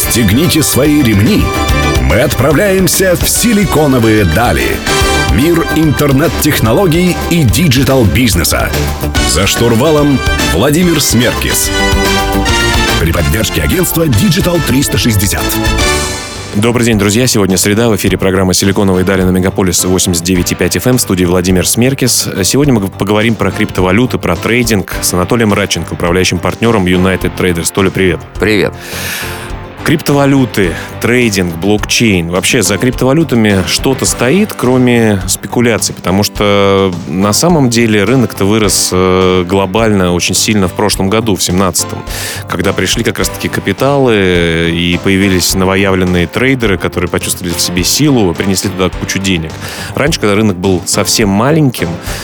Расстегните свои ремни. Мы отправляемся в силиконовые дали. Мир интернет-технологий и диджитал-бизнеса. За штурвалом Владимир Смеркис. При поддержке агентства Digital 360. Добрый день, друзья. Сегодня среда. В эфире программа «Силиконовые дали» на Мегаполис 89,5 FM. В студии Владимир Смеркис. Сегодня мы поговорим про криптовалюты, про трейдинг с Анатолием Радченко, управляющим партнером United Traders. Толя, привет. Привет. Криптовалюты, трейдинг, блокчейн. Вообще за криптовалютами что-то стоит, кроме спекуляций, потому что на самом деле рынок-то вырос глобально очень сильно в прошлом году, в 2017-м, когда пришли как раз-таки капиталы и появились новоявленные трейдеры, которые почувствовали в себе силу, принесли туда кучу денег. Раньше, когда рынок был совсем маленьким,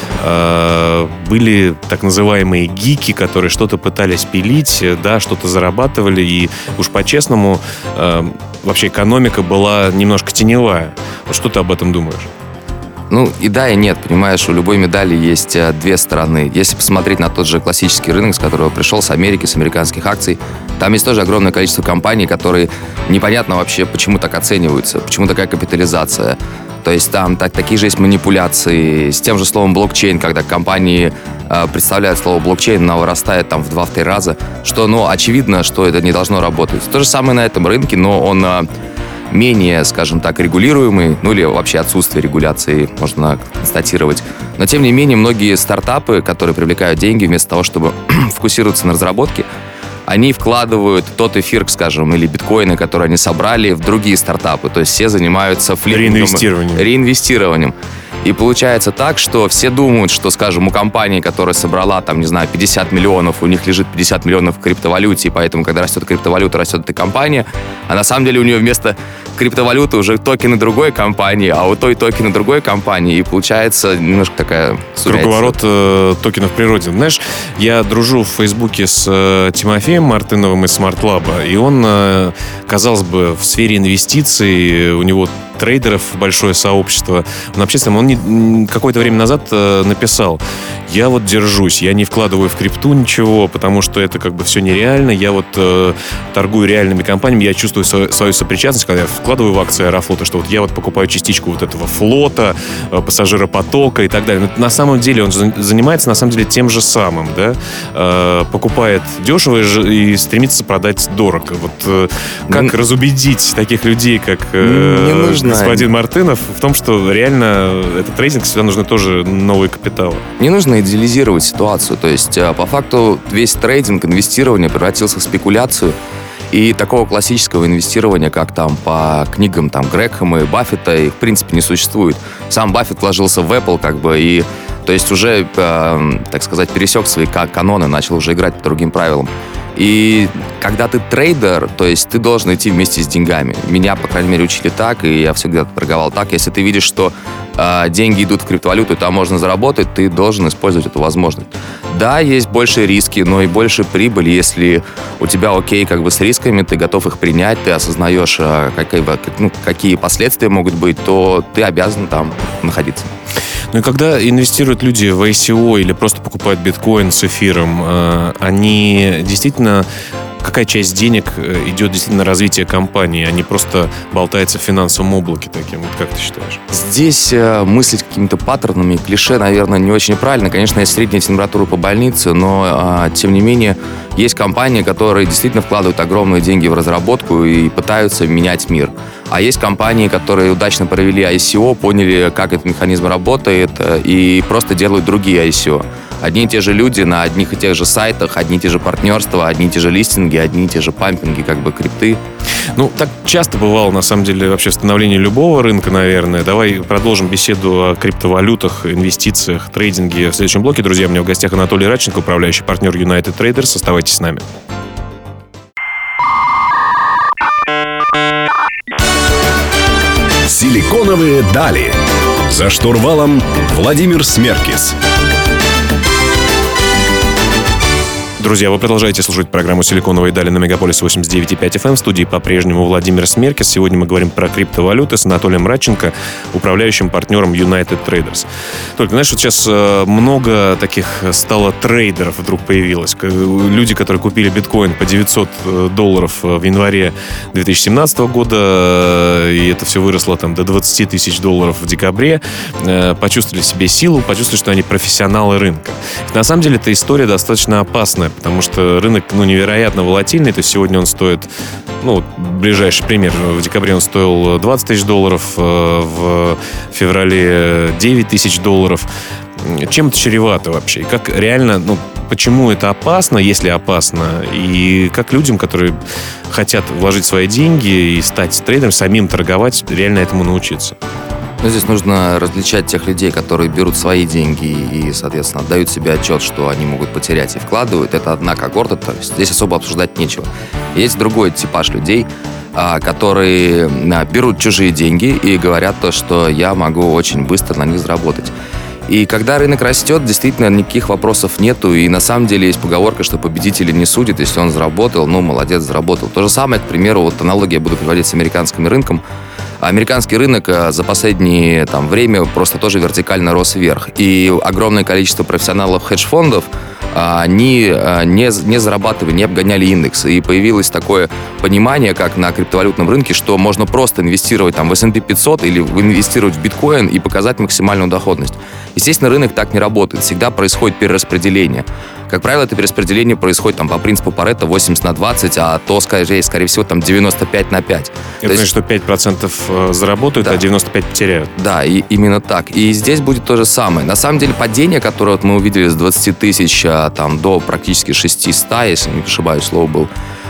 были так называемые гики, которые что-то пытались пилить, да, что-то зарабатывали, и уж по-честному вообще экономика была немножко теневая. Вот что ты об этом думаешь? Ну, и да, и нет, понимаешь, у любой медали есть две стороны. Если посмотреть на тот же классический рынок, с которого пришел, с Америки, с американских акций, там есть тоже огромное количество компаний, которые непонятно вообще, почему так оцениваются, почему такая капитализация. То есть там такие же есть манипуляции с тем же словом блокчейн, когда компании представляют слово блокчейн, оно вырастает там в 2-3 раза, что, ну, очевидно, что это не должно работать. То же самое на этом рынке, но он менее, скажем так, регулируемый, ну или вообще отсутствие регуляции можно констатировать. Но тем не менее, многие стартапы, которые привлекают деньги, вместо того, чтобы фокусироваться на разработке, они вкладывают тот эфир, скажем, или биткоины, которые они собрали, в другие стартапы. То есть все занимаются реинвестированием. И получается так, что все думают, что, скажем, у компании, которая собрала, там, не знаю, 50 миллионов, у них лежит 50 миллионов в криптовалюте, и поэтому, когда растет криптовалюта, растет эта компания, а на самом деле у нее вместо криптовалюты уже токены другой компании, а у той токены другой компании, и получается немножко такая сумятица. Круговорот токенов в природе. Знаешь, я дружу в Фейсбуке с Тимофеем Мартыновым из Smart Lab, и он, казалось бы, в сфере инвестиций, у него трейдеров большое сообщество, он общественный. Он какое-то время назад написал: я вот держусь, я не вкладываю в крипту ничего, потому что это как бы все нереально, я вот торгую реальными компаниями, я чувствую свою сопричастность, когда я вкладываю в акции Аэрофлота, что вот я вот покупаю частичку вот этого флота, пассажиропотока и так далее. Но на самом деле он занимается на самом деле тем же самым, да, покупает дешево и стремится продать дорого. Вот как разубедить таких людей, как господин Мартынов, в том, что реально этот трейдинг всегда нужны тоже новые капиталы? Не нужно идеализировать ситуацию. То есть, по факту, весь трейдинг, инвестирование превратился в спекуляцию. И такого классического инвестирования, как там по книгам там Грэхэма и Баффета, их в принципе не существует. Сам Баффет вложился в Apple, как бы, и то есть уже, так сказать, пересек свои каноны, начал уже играть по другим правилам. И когда ты трейдер, то есть ты должен идти вместе с деньгами. Меня, по крайней мере, учили так, и я всегда торговал так. Если ты видишь, что деньги идут в криптовалюту, и там можно заработать, ты должен использовать эту возможность. Да, есть больше риски, но и больше прибыли. Если у тебя окей как бы с рисками, ты готов их принять, ты осознаешь, какие последствия могут быть, то ты обязан там находиться. Ну и когда инвестируют люди в ICO или просто покупают биткоин с эфиром, они действительно... Какая часть денег идет действительно на развитие компании, а не просто болтается в финансовом облаке таким? Вот как ты считаешь? Здесь мыслить какими-то паттернами, клише, наверное, не очень правильно. Конечно, есть средняя температура по больнице, но, тем не менее, есть компании, которые действительно вкладывают огромные деньги в разработку и пытаются менять мир. А есть компании, которые удачно провели ICO, поняли, как этот механизм работает, и просто делают другие ICO. Одни и те же люди на одних и тех же сайтах, одни и те же партнерства, одни и те же листинги, одни и те же пампинги, как бы крипты. Ну, так часто бывало, на самом деле, вообще в становлении любого рынка, наверное. Давай продолжим беседу о криптовалютах, инвестициях, трейдинге в следующем блоке. Друзья, у меня в гостях Анатолий Радченко, управляющий партнер United Traders. Оставайтесь с нами. Силиконовые дали. За штурвалом Владимир Смеркис. Друзья, вы продолжаете слушать программу «Силиконовые дали» на Мегаполис 89.5 FM. В студии по-прежнему Владимир Смеркис. Сегодня мы говорим про криптовалюты с Анатолием Радченко, управляющим партнером United Traders. Только, знаешь, вот сейчас много таких стало трейдеров вдруг появилось. Люди, которые купили биткоин по $900 в январе 2017 года, и это все выросло там до $20 тысяч в декабре, почувствовали в себе силу, почувствовали, что они профессионалы рынка. На самом деле, эта история достаточно опасная, потому что рынок, невероятно волатильный. То есть сегодня он стоит, ближайший пример, в декабре он стоил $20 тысяч, в феврале $9 тысяч. Чем это чревато вообще? И как реально, почему это опасно, если опасно? И как людям, которые хотят вложить свои деньги и стать трейдером, самим торговать, реально этому научиться? Здесь нужно различать тех людей, которые берут свои деньги и, соответственно, отдают себе отчет, что они могут потерять и вкладывают. Это одна когорта, то есть здесь особо обсуждать нечего. Есть другой типаж людей, которые берут чужие деньги и говорят то, что я могу очень быстро на них заработать. И когда рынок растет, действительно никаких вопросов нету. И на самом деле есть поговорка, что победители не судят. Если он заработал, молодец, заработал. То же самое, к примеру, аналогия буду приводить с американским рынком. Американский рынок за последнее время просто тоже вертикально рос вверх. И огромное количество профессионалов хедж-фондов, они не зарабатывали, не обгоняли индекс. И появилось такое понимание, как на криптовалютном рынке, что можно просто инвестировать в S&P 500 или инвестировать в биткоин и показать максимальную доходность. Естественно, рынок так не работает. Всегда происходит перераспределение. Как правило, это перераспределение происходит по принципу Парето 80/20, а то, скорее всего, 95/5. Это значит, что 5% заработают, да, а 95% потеряют. Да, и именно так. И здесь будет то же самое. На самом деле, падение, которое мы увидели с 20 тысяч до практически 600, если не ошибаюсь, слово было,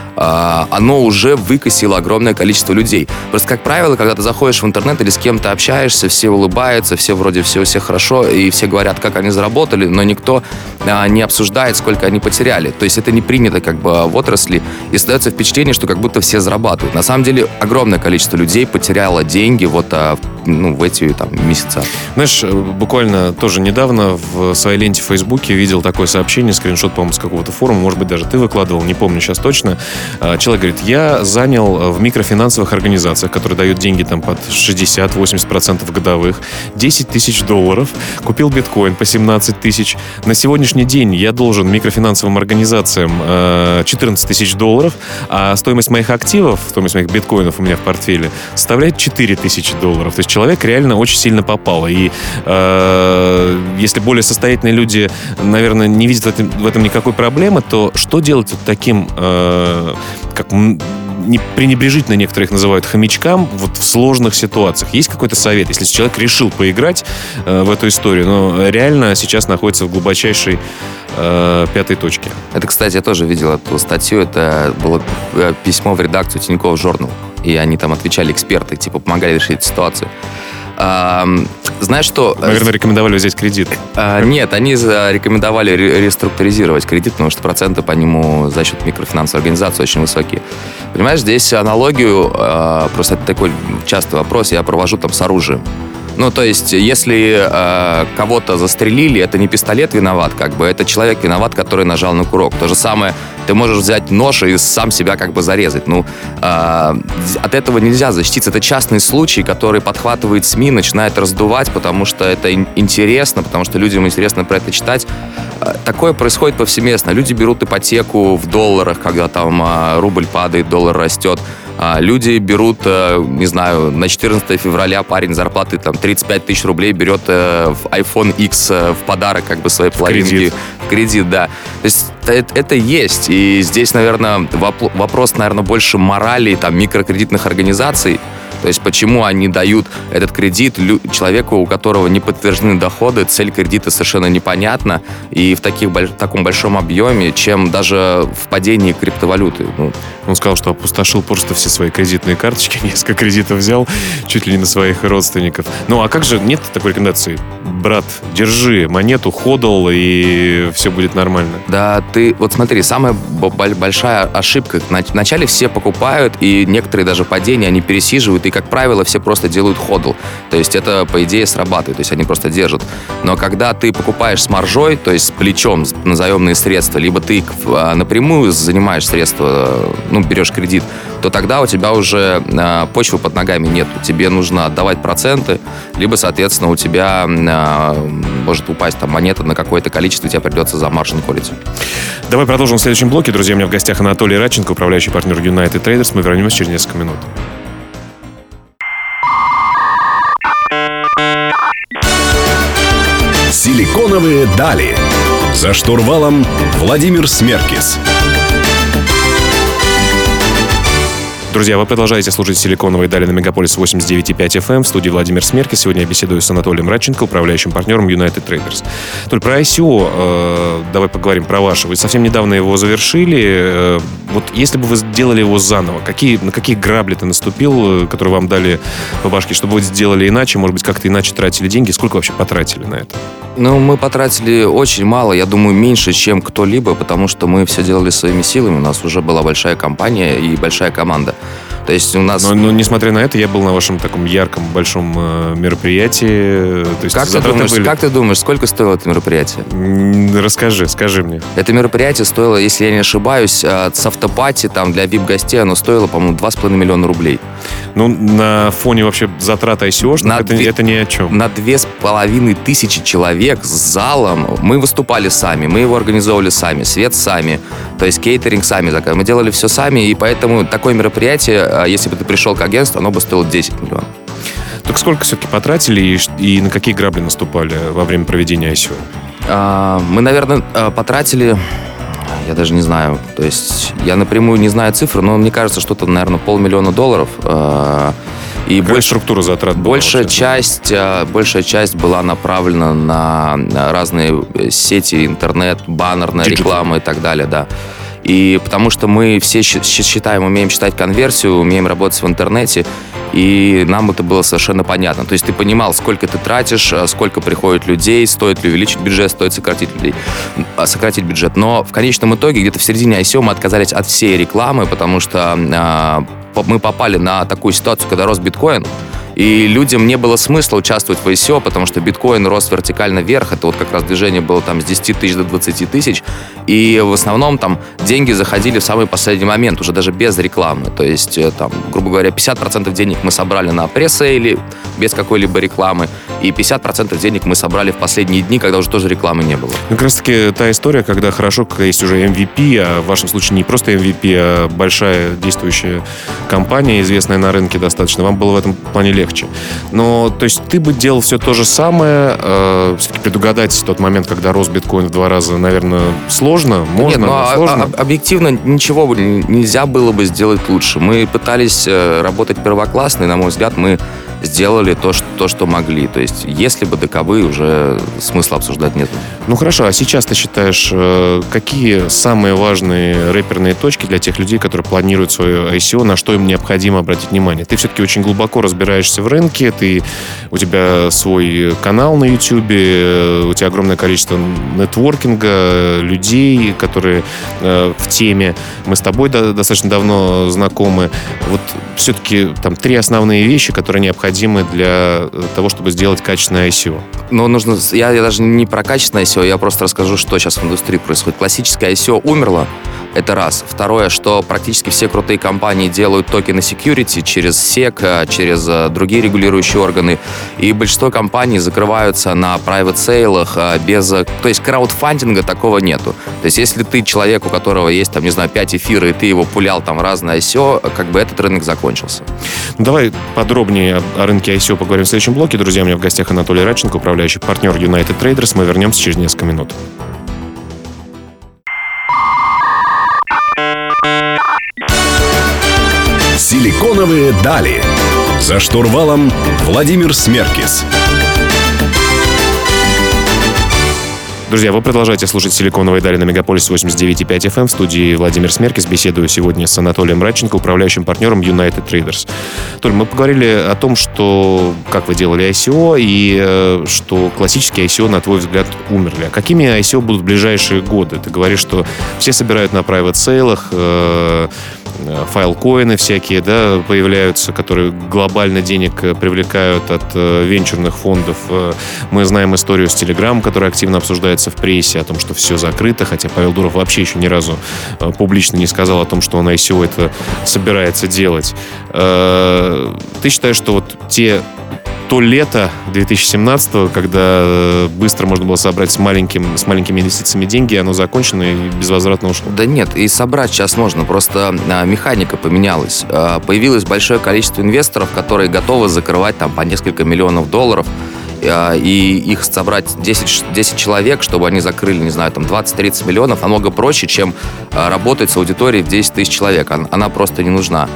оно уже выкосило огромное количество людей. Просто, как правило, когда ты заходишь в интернет или с кем-то общаешься, все улыбаются, все вроде все хорошо, и все говорят, как они заработали, но никто не обсуждает, сколько они потеряли. То есть это не принято в отрасли, и создается впечатление, что как будто все зарабатывают. На самом деле огромное количество людей потеряло деньги в эти месяца. Знаешь, буквально тоже недавно в своей ленте в Фейсбуке видел такое сообщение, скриншот, по-моему, с какого-то форума, может быть, даже ты выкладывал, не помню сейчас точно. Человек говорит, я занял в микрофинансовых организациях, которые дают деньги под 60-80% годовых, $10 тысяч, купил биткоин по 17 тысяч. На сегодняшний день я должен микрофинансовым организациям $14 тысяч, а стоимость моих активов, стоимость моих биткоинов у меня в портфеле составляет $4 тысячи. То есть человек реально очень сильно попал. И если более состоятельные люди, наверное, не видят в этом никакой проблемы, то что делать таким, как пренебрежительно некоторых называют хомячкам, в сложных ситуациях? Есть какой-то совет, если человек решил поиграть в эту историю, но реально сейчас находится в глубочайшей пятой точке? Это, кстати, я тоже видел эту статью. Это было письмо в редакцию Тинькофф Журнал. И они там отвечали, эксперты, помогали решить ситуацию. Знаешь что? Наверное, рекомендовали взять кредит. Нет, они рекомендовали реструктуризировать кредит, потому что проценты по нему за счет микрофинансовой организации очень высокие. Понимаешь, здесь аналогию, просто это такой частый вопрос, я провожу с оружием. То есть, если кого-то застрелили, это не пистолет виноват, это человек виноват, который нажал на курок. То же самое, ты можешь взять нож и сам себя зарезать. От этого нельзя защититься. Это частный случай, который подхватывает СМИ, начинает раздувать, потому что это интересно, потому что людям интересно про это читать. Такое происходит повсеместно. Люди берут ипотеку в долларах, когда рубль падает, доллар растет. Люди берут, не знаю, на 14 февраля парень зарплаты 35 тысяч рублей берет в iPhone X в подарок своей половинке. В кредит, да. То есть это есть. И здесь, наверное, вопрос, больше морали микрокредитных организаций. То есть почему они дают этот кредит человеку, у которого не подтверждены доходы, цель кредита совершенно непонятна, и в таком большом объеме, чем даже в падении криптовалюты. Он сказал, что опустошил просто все свои кредитные карточки, несколько кредитов взял, чуть ли не на своих родственников. А как же, нет такой рекомендации? Брат, держи монету, ходл, и все будет нормально. Да, ты, смотри, самая большая ошибка. Вначале все покупают, и некоторые даже падения, они пересиживают и, как правило, все просто делают ходл. То есть это, по идее, срабатывает, то есть они просто держат. Но когда ты покупаешь с маржой, то есть с плечом на заемные средства, либо ты напрямую занимаешь средства, берешь кредит, то тогда у тебя уже почвы под ногами нет. Тебе нужно отдавать проценты, либо, соответственно, у тебя может упасть там монета на какое-то количество, и тебе придется за маржин колить. Давай продолжим в следующем блоке. Друзья, у меня в гостях Анатолий Радченко, управляющий партнер United Traders. Мы вернемся через несколько минут. Силиконовые дали. За штурвалом Владимир Смеркис. Друзья, вы продолжаете слушать «Силиконовые дали» на Мегаполис 89.5 FM. В студии Владимир Смеркис. Сегодня я беседую с Анатолием Радченко, управляющим партнером United Traders. Толь, про ICO давай поговорим про ваше. Вы совсем недавно его завершили. Вот если бы вы сделали его заново, на какие грабли ты наступил, которые вам дали по башке, чтобы вы сделали иначе, может быть, как-то иначе тратили деньги? Сколько вообще потратили на это? Мы потратили очень мало, я думаю, меньше, чем кто-либо, потому что мы все делали своими силами. У нас уже была большая компания и большая команда. То есть у нас... Но несмотря на это, я был на вашем таком ярком, большом мероприятии. То есть как ты думаешь, сколько стоило это мероприятие? Скажи мне. Это мероприятие стоило, если я не ошибаюсь, с автопати там, для VIP-гостей, оно стоило, по-моему, 2,5 миллиона рублей. На фоне вообще затрат ICO-шных это ни о чем. На 2500 человек с залом мы выступали сами, мы его организовывали сами, свет сами, то есть кейтеринг сами заказывали. Мы делали все сами, и поэтому такое мероприятие, если бы ты пришел к агентству, оно бы стоило 10 миллионов. Так сколько все-таки потратили и на какие грабли наступали во время проведения ICO? Мы, наверное, потратили... Я даже не знаю. То есть я напрямую не знаю цифры, но мне кажется, что-то, наверное, $500,000. И структура затрат была? Большая часть была направлена на разные сети, интернет, баннерная реклама и так далее, да. И потому что мы все умеем считать конверсию, умеем работать в интернете, и нам это было совершенно понятно. То есть ты понимал, сколько ты тратишь, сколько приходит людей, стоит ли увеличить бюджет, стоит сократить бюджет. Но в конечном итоге, где-то в середине ICO мы отказались от всей рекламы, потому что мы попали на такую ситуацию, когда рос биткоин, и людям не было смысла участвовать в ICO, потому что биткоин рос вертикально вверх. Это вот как раз движение было там с 10 тысяч до 20 тысяч. И в основном там деньги заходили в самый последний момент, уже даже без рекламы. То есть, там, грубо говоря, 50% денег мы собрали на пресс-сейле без какой-либо рекламы, и 50% денег мы собрали в последние дни, когда уже тоже рекламы не было. Как раз-таки та история, когда хорошо, когда есть уже MVP, а в вашем случае не просто MVP, а большая действующая компания, известная на рынке достаточно, вам было в этом плане легче. Но, то есть, ты бы делал все то же самое, все-таки предугадать тот момент, когда рос биткоин в 2 раза, наверное, сложно? Можно, сложно? Объективно ничего нельзя было бы сделать лучше. Мы пытались работать первоклассно, и, на мой взгляд, мы сделали то, что могли. То есть, если бы таковы, уже смысла обсуждать нет. Хорошо, а сейчас ты считаешь, какие самые важные рэперные точки для тех людей, которые планируют свое ICO, на что им необходимо обратить внимание? Ты все-таки очень глубоко разбираешься в рынке, у тебя свой канал на YouTube, у тебя огромное количество нетворкинга, людей, которые в теме. Мы с тобой достаточно давно знакомы. Вот все-таки там 3 основные вещи, которые необходимы для того, чтобы сделать качественное ICO. Я даже не про качественное ICO, я просто расскажу, что сейчас в индустрии происходит. Классическое ICO умерло. Это раз. Второе, что практически все крутые компании делают токены security через SEC, через другие регулирующие органы. И большинство компаний закрываются на private сейлах то есть краудфандинга такого нету. То есть если ты человек, у которого есть, 5 эфира, и ты его пулял в разные ICO, этот рынок закончился. Давай подробнее о рынке ICO поговорим в следующем блоке. Друзья, у меня в гостях Анатолий Радченко, управляющий партнер United Traders. Мы вернемся через несколько минут. Силиконовые дали. За штурвалом Владимир Смеркис. Друзья, вы продолжаете слушать «Силиконовые дали» на Мегаполис 89.5 FM. В студии Владимир Смеркис. Беседую сегодня с Анатолием Радченко, управляющим партнером United Traders. Толь, мы поговорили о том, как вы делали ICO, и что классические ICO, на твой взгляд, умерли. А какими ICO будут в ближайшие годы? Ты говоришь, что все собирают на private сейлах, файлкоины всякие, да, появляются, которые глобально денег привлекают от венчурных фондов. Мы знаем историю с Telegram, которая активно обсуждается в прессе, о том, что все закрыто, хотя Павел Дуров вообще еще ни разу публично не сказал о том, что он ICO это собирается делать. Ты считаешь, что вот то лето 2017-го, когда быстро можно было собрать с маленькими инвестициями деньги, оно закончено и безвозвратно ушло? Да нет, и собрать сейчас можно, просто механика поменялась. Появилось большое количество инвесторов, которые готовы закрывать там по несколько миллионов долларов, и их собрать 10 человек, чтобы они закрыли, не знаю, там 20-30 миллионов, намного проще, чем работать с аудиторией в 10 тысяч человек. Она просто не нужна.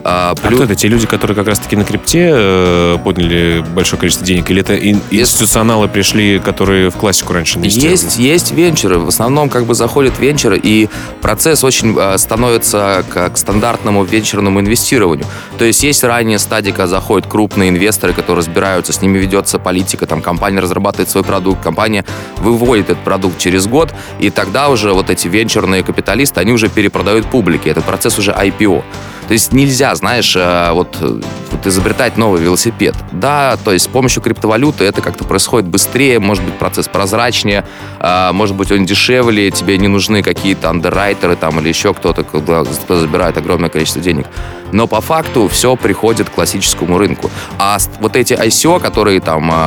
Кто это? Те люди, которые как раз-таки на крипте подняли большое количество денег? Или это институционалы пришли, которые в классику раньше не сделали? Есть венчуры. В основном как бы заходят венчуры, и процесс очень становится как стандартному венчурному инвестированию. То есть ранняя стадия, когда заходят крупные инвесторы, которые разбираются, с ними ведется политика, там компания разрабатывает свой продукт, компания выводит этот продукт через год, и тогда уже вот эти венчурные капиталисты, они уже перепродают публике. Это процесс уже IPO. То есть нельзя, знаешь, вот изобретать новый велосипед. Да, то есть с помощью криптовалюты это как-то происходит быстрее, может быть, процесс прозрачнее, может быть, он дешевле, тебе не нужны какие-то андеррайтеры там или еще кто-то, кто забирает огромное количество денег. Но по факту все приходит к классическому рынку. А вот эти ICO, которые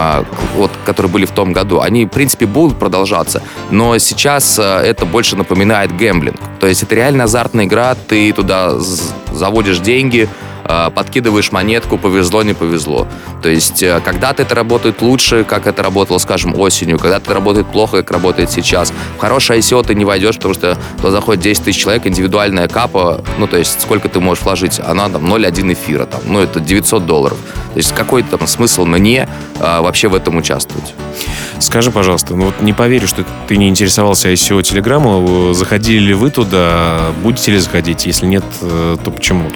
которые были в том году, они, в принципе, будут продолжаться, но сейчас это больше напоминает гэмблинг. То есть это реально азартная игра, ты туда заводишь деньги, подкидываешь монетку, повезло, не повезло. То есть когда-то это работает лучше, как это работало, скажем, осенью, когда-то это работает плохо, как работает сейчас. В хорошее ICO ты не войдешь, потому что туда заходит 10 тысяч человек, индивидуальная капа, то есть сколько ты можешь вложить, она там 0,1 эфира, это $900. То есть какой там смысл мне вообще в этом участвовать? Скажи, пожалуйста, не поверю, что ты не интересовался ICO Телеграму. Заходили ли вы туда? Будете ли заходить? Если нет, то почему?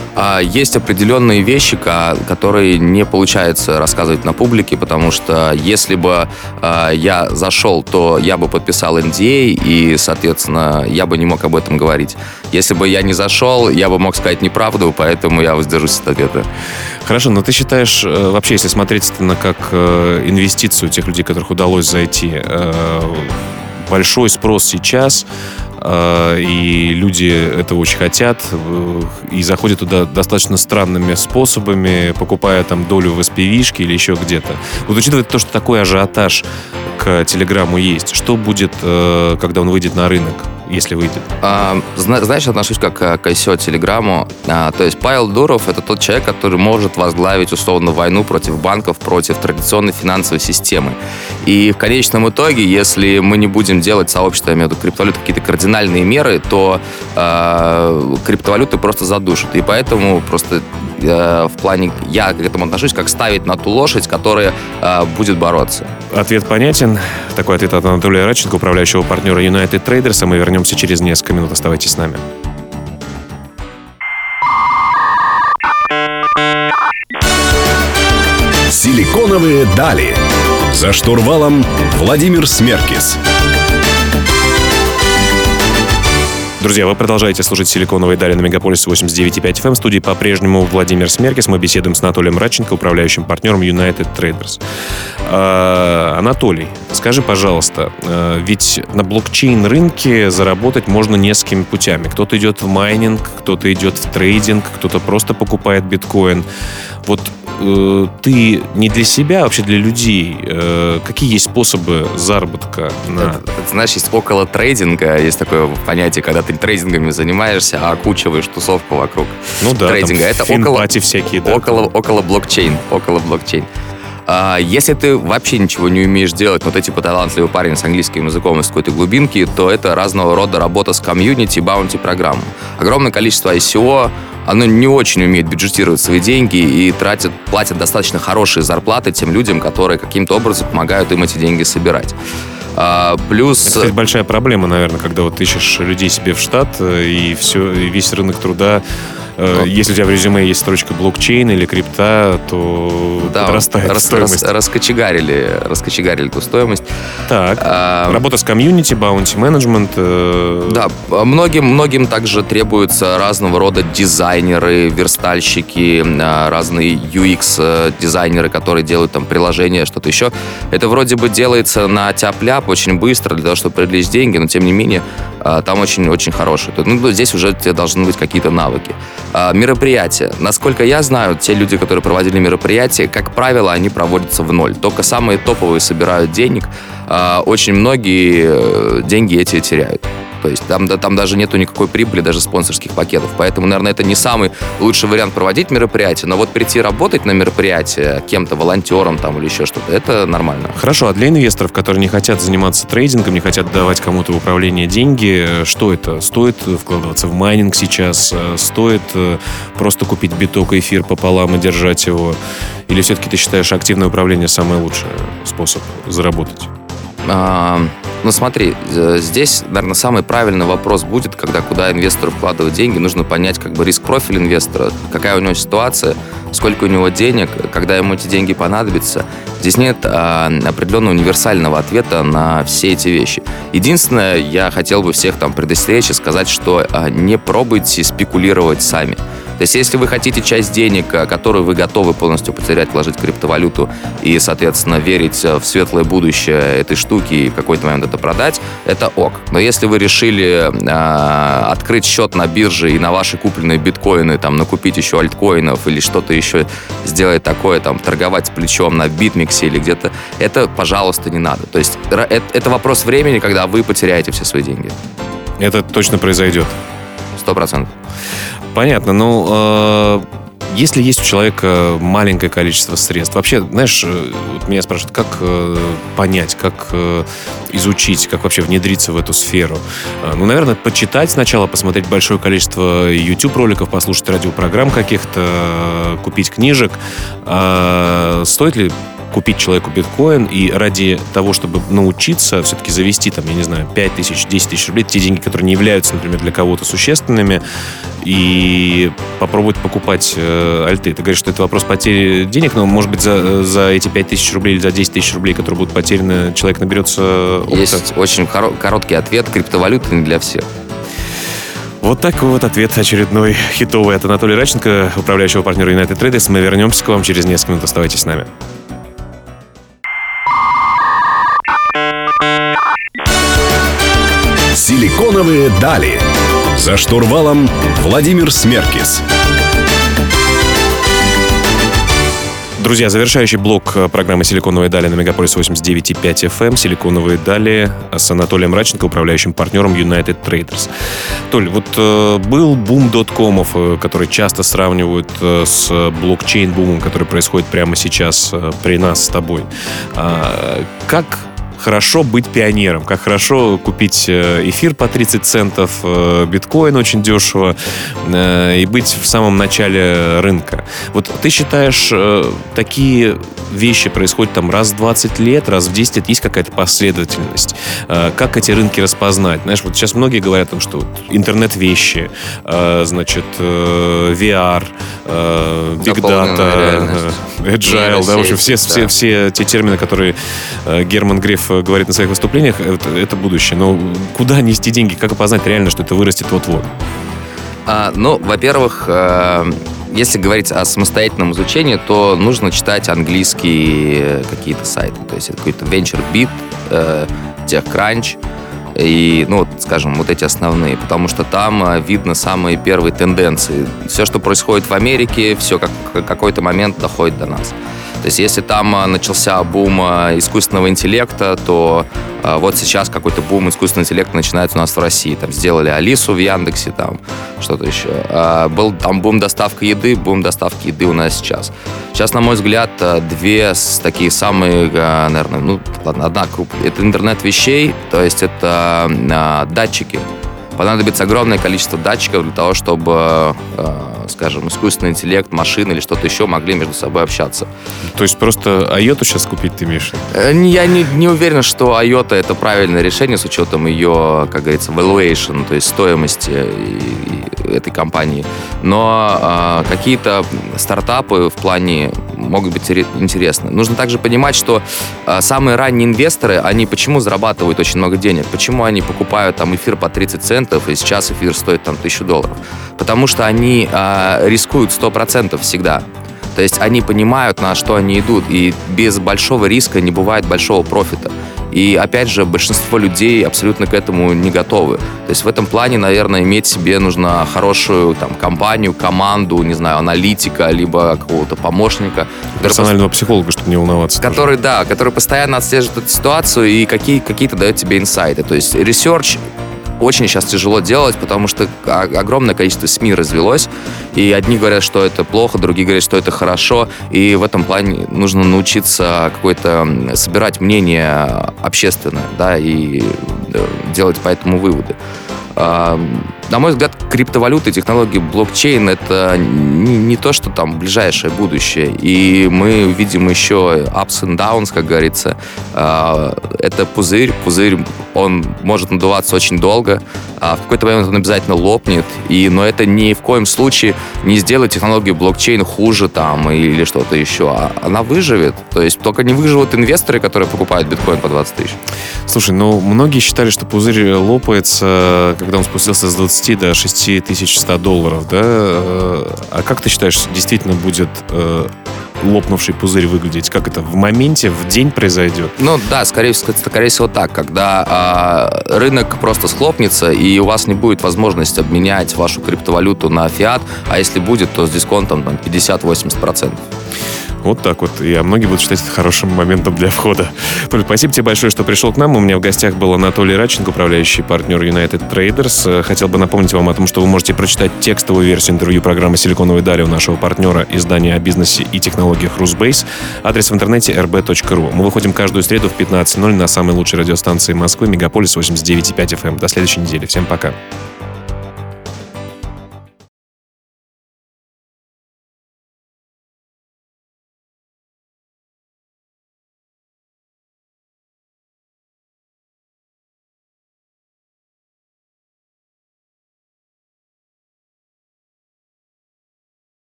Есть определенные вещи, которые не получается рассказывать на публике, потому что если бы я зашел, то я бы подписал NDA, и, соответственно, я бы не мог об этом говорить. Если бы я не зашел, я бы мог сказать неправду, поэтому я воздержусь от ответа. Хорошо, но ты считаешь, вообще, если смотреть это как инвестицию тех людей, которых удалось зайти, большой спрос сейчас, и люди этого очень хотят, и заходят туда достаточно странными способами, покупая там долю в SPV-шке или еще где-то. Вот учитывая то, что такой ажиотаж к Телеграму есть, что будет, когда он выйдет на рынок? Если выйдет? Знаешь, я отношусь как к ICO Телеграму. То есть Павел Дуров — это тот человек, который может возглавить условно войну против банков, против традиционной финансовой системы. И в конечном итоге, если мы не будем делать сообщество, я имею в виду криптовалют, какие-то кардинальные меры, то криптовалюты просто задушат. И поэтому просто в плане я к этому отношусь, как ставить на ту лошадь, которая будет бороться. Ответ понятен. Такой ответ от Анатолия Радченко, управляющего партнера United Traders. А мы вернемся через несколько минут. Оставайтесь с нами. Силиконовые дали. За штурвалом Владимир Смеркис. Друзья, вы продолжаете слушать «Силиконовые дали» на Мегаполис 89.5 FM. В студии по-прежнему Владимир Смеркис. Мы беседуем с Анатолием Радченко, управляющим партнером United Traders. Анатолий, скажи, пожалуйста, ведь на блокчейн-рынке заработать можно несколькими путями. Кто-то идет в майнинг, кто-то идет в трейдинг, кто-то просто покупает биткоин. Вот ты не для себя, а вообще для людей. Какие есть способы заработка? Знаешь, есть около трейдинга, есть такое понятие, когда ты трейдингами занимаешься, а окучиваешь тусовку вокруг трейдинга. Это финпати всякие, да? Около блокчейн. Если ты вообще ничего не умеешь делать, но ты типа талантливый парень с английским языком из какой-то глубинки, то это разного рода работа с комьюнити, баунти-программой. Огромное количество ICO, оно не очень умеет бюджетировать свои деньги и платят достаточно хорошие зарплаты тем людям, которые каким-то образом помогают им эти деньги собирать. Плюс... Это, кстати, большая проблема, наверное, когда вот ищешь людей себе в штат, и весь рынок труда Если у тебя в резюме есть строчка блокчейн или крипта, то подрастает стоимость. Раскочегарили эту стоимость. Так, работа с комьюнити, баунти-менеджмент. Да, многим также требуются разного рода дизайнеры, верстальщики, разные UX-дизайнеры, которые делают там приложения, что-то еще. Это вроде бы делается на тяп-ляп очень быстро для того, чтобы привлечь деньги, но тем не менее там очень-очень хорошие. Здесь уже тебе должны быть какие-то навыки. Мероприятия. Насколько я знаю, те люди, которые проводили мероприятия, как правило, они проводятся в ноль. Только самые топовые собирают денег. Очень многие деньги эти теряют. То есть там даже нету никакой прибыли, даже спонсорских пакетов. Поэтому, наверное, это не самый лучший вариант проводить мероприятие. Но вот прийти работать на мероприятие кем-то, волонтером там или еще что-то, это нормально. Хорошо, а для инвесторов, которые не хотят заниматься трейдингом, не хотят давать кому-то в управление деньги, что это? Стоит вкладываться в майнинг сейчас? Стоит просто купить биток и эфир пополам и держать его? Или все-таки ты считаешь, активное управление самый лучший способ заработать? Смотри, здесь, наверное, самый правильный вопрос будет, куда инвестору вкладывать деньги, нужно понять риск-профиль инвестора, какая у него ситуация, сколько у него денег, когда ему эти деньги понадобятся. Здесь нет определенного универсального ответа на все эти вещи. Единственное, я хотел бы всех предостеречь и сказать, что не пробуйте спекулировать сами. То есть, если вы хотите часть денег, которую вы готовы полностью потерять, вложить в криптовалюту и, соответственно, верить в светлое будущее этой штуки и в какой-то момент это продать, это ок. Но если вы решили открыть счет на бирже и на ваши купленные биткоины накупить еще альткоинов или что-то еще сделать такое, торговать с плечом на битмиксе или где-то, это, пожалуйста, не надо. То есть, это вопрос времени, когда вы потеряете все свои деньги. Это точно произойдет? 100%. Понятно, но если есть у человека маленькое количество средств, вообще, знаешь, меня спрашивают, как понять, как изучить, как вообще внедриться в эту сферу? Наверное, почитать сначала, посмотреть большое количество YouTube-роликов, послушать радиопрограмм каких-то, купить книжек. Стоит ли купить человеку биткоин и ради того, чтобы научиться все-таки завести, 5 тысяч, 10 тысяч рублей, те деньги, которые не являются, например, для кого-то существенными, и попробовать покупать альты? Ты говоришь, что это вопрос потери денег, но, может быть, за эти 5 тысяч рублей или за 10 тысяч рублей, которые будут потеряны, человек наберется опыта? Есть очень короткий ответ. Криптовалюта не для всех. Вот такой вот ответ очередной хитовый от Анатолия Радченко, управляющего партнера United Traders. Мы вернемся к вам через несколько минут. Оставайтесь с нами. Силиконовые дали. За штурвалом Владимир Смеркис. Друзья, завершающий блок программы «Силиконовые дали» на Мегаполис 89.5 FM. «Силиконовые дали» с Анатолием Радченко, управляющим партнером United Traders. Толь, был бум доткомов, который часто сравнивают с блокчейн-бумом, который происходит прямо сейчас при нас с тобой. Как хорошо быть пионером, как хорошо купить эфир по 30 центов, биткоин очень дешево, и быть в самом начале рынка. Ты считаешь, такие вещи происходят раз в 20 лет, раз в 10 лет, есть какая-то последовательность? Как эти рынки распознать? Знаешь, сейчас многие говорят, что интернет-вещи, VR, Big Data, Agile, в общем, все те термины, которые Герман Греф говорит на своих выступлениях, это будущее. Но куда нести деньги? Как опознать реально, что это вырастет вот-вот? Во-первых, если говорить о самостоятельном изучении, то нужно читать английские какие-то сайты. То есть это какой-то VentureBeat, TechCrunch и, скажем, эти основные. Потому что там видно самые первые тенденции. Все, что происходит в Америке, все в какой-то момент доходит до нас. То есть если там начался бум искусственного интеллекта, то сейчас какой-то бум искусственного интеллекта начинается у нас в России. Сделали Алису в Яндексе, что-то еще. Был там бум доставки еды у нас сейчас. Сейчас, на мой взгляд, две такие самые, наверное, одна крупная. Это интернет вещей, то есть это датчики. понадобится огромное количество датчиков для того, чтобы, скажем, искусственный интеллект, машины или что-то еще могли между собой общаться. То есть просто IOTA сейчас купить ты имеешь? Я не уверен, что IOTA — это правильное решение с учетом ее, как говорится, valuation, то есть стоимости этой компании. Но какие-то стартапы в плане могут быть интересны. Нужно также понимать, что самые ранние инвесторы, они почему зарабатывают очень много денег? Почему они покупают там эфир по 30 центов, и сейчас эфир стоит там $1000? Потому что они рискуют 100% всегда. То есть они понимают, на что они идут, и без большого риска не бывает большого профита. И, опять же, большинство людей абсолютно к этому не готовы. То есть в этом плане, наверное, иметь себе нужно хорошую там, компанию, команду, не знаю, аналитика, либо какого-то помощника. Персонального психолога, чтобы не волноваться. Который постоянно отслеживает эту ситуацию и какие-то дает тебе инсайты. То есть ресерч очень сейчас тяжело делать, потому что огромное количество СМИ развелось, и одни говорят, что это плохо, другие говорят, что это хорошо, и в этом плане нужно научиться собирать мнение общественное, да, и делать по этому выводы. На мой взгляд, криптовалюты, технологии блокчейн — это не то, что там ближайшее будущее. И мы видим еще ups and downs, как говорится. Это пузырь. Пузырь, он может надуваться очень долго. В какой-то момент он обязательно лопнет. Но это ни в коем случае не сделает технологию блокчейн хуже там, или что-то еще. Она выживет. То есть только не выживут инвесторы, которые покупают биткоин по 20 тысяч. Слушай, многие считали, что пузырь лопается, когда он спустился с 20 до $6100, да? А как ты считаешь, действительно будет лопнувший пузырь выглядеть? Как это в моменте, в день произойдет? Да, скорее всего так, когда рынок просто схлопнется, и у вас не будет возможности обменять вашу криптовалюту на фиат, а если будет, то с дисконтом 50-80%. Вот так вот. И многие будут считать это хорошим моментом для входа. Толь, спасибо тебе большое, что пришел к нам. У меня в гостях был Анатолий Радченко, управляющий партнер United Traders. Хотел бы напомнить вам о том, что вы можете прочитать текстовую версию интервью программы «Силиконовые дали» у нашего партнера издания о бизнесе и технологиях «Русбейс». Адрес в интернете rb.ru. Мы выходим каждую среду в 15:00 на самой лучшей радиостанции Москвы, Мегаполис 89,5 FM. До следующей недели. Всем пока.